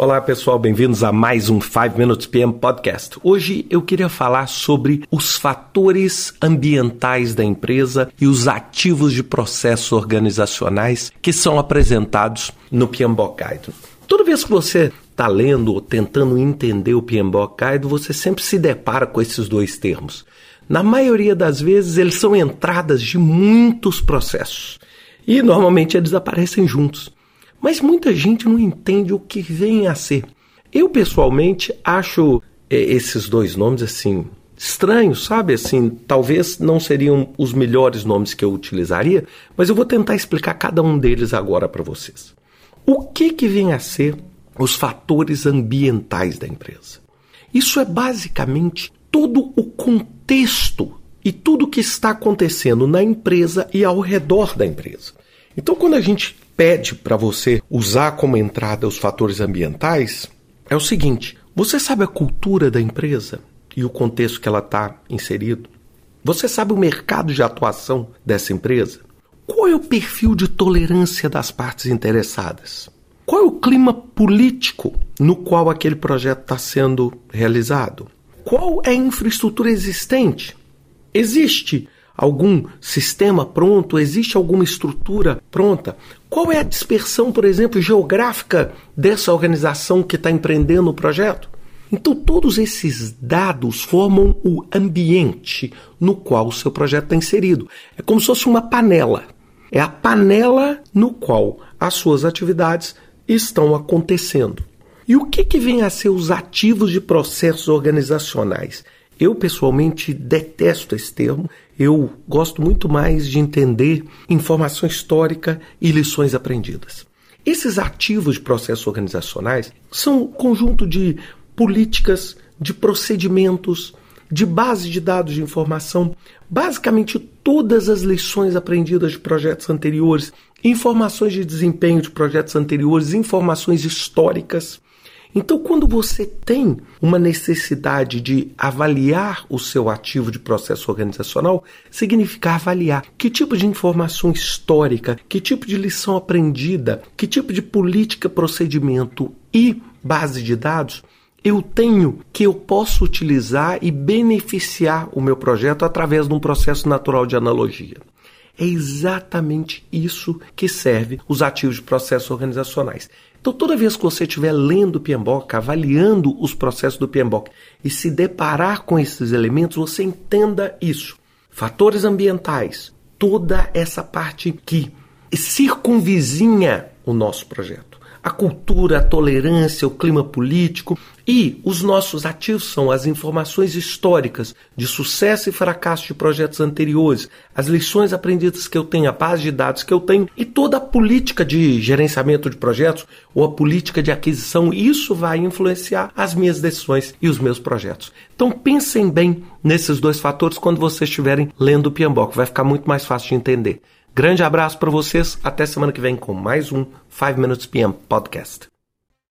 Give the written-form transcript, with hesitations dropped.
Olá pessoal, bem-vindos a mais um 5 Minutes PM Podcast. Hoje eu queria falar sobre os fatores ambientais da empresa e os ativos de processos organizacionais que são apresentados no PMBOK Guide. Toda vez que você está lendo ou tentando entender o PMBOK Guide, você sempre se depara com esses dois termos. Na maioria das vezes eles são entradas de muitos processos e normalmente eles aparecem juntos. Mas muita gente não entende o que vem a ser. Eu, pessoalmente, acho esses dois nomes, assim, estranhos, sabe? Assim, talvez não seriam os melhores nomes que eu utilizaria, mas eu vou tentar explicar cada um deles agora para vocês. O que vem a ser os fatores ambientais da empresa? Isso é basicamente todo o contexto e tudo o que está acontecendo na empresa e ao redor da empresa. Então, quando a gente pede para você usar como entrada os fatores ambientais, é o seguinte: você sabe a cultura da empresa e o contexto que ela está inserido? Você sabe o mercado de atuação dessa empresa? Qual é o perfil de tolerância das partes interessadas? Qual é o clima político no qual aquele projeto está sendo realizado? Qual é a infraestrutura existente? Existe algum sistema pronto? Existe alguma estrutura pronta? Qual é a dispersão, por exemplo, geográfica dessa organização que está empreendendo o projeto? Então, todos esses dados formam o ambiente no qual o seu projeto está inserido. É como se fosse uma panela. É a panela no qual as suas atividades estão acontecendo. E o que vem a ser os ativos de processos organizacionais? Eu, pessoalmente, detesto esse termo. Eu gosto muito mais de entender informação histórica e lições aprendidas. Esses ativos de processos organizacionais são um conjunto de políticas, de procedimentos, de base de dados de informação, basicamente todas as lições aprendidas de projetos anteriores, informações de desempenho de projetos anteriores, informações históricas. Então, quando você tem uma necessidade de avaliar o seu ativo de processo organizacional, significa avaliar que tipo de informação histórica, que tipo de lição aprendida, que tipo de política, procedimento e base de dados eu tenho que eu posso utilizar e beneficiar o meu projeto através de um processo natural de analogia. É exatamente isso que serve os ativos de processos organizacionais. Então, toda vez que você estiver lendo o PMBOK, avaliando os processos do PMBOK e se deparar com esses elementos, você entenda isso. Fatores ambientais, toda essa parte que circunvizinha o nosso projeto. A cultura, a tolerância, o clima político e os nossos ativos são as informações históricas de sucesso e fracasso de projetos anteriores, as lições aprendidas que eu tenho, a base de dados que eu tenho e toda a política de gerenciamento de projetos ou a política de aquisição. Isso vai influenciar as minhas decisões e os meus projetos. Então pensem bem nesses dois fatores quando vocês estiverem lendo o PMBOK, vai ficar muito mais fácil de entender. Grande abraço para vocês, até semana que vem com mais um 5 Minutes PM Podcast.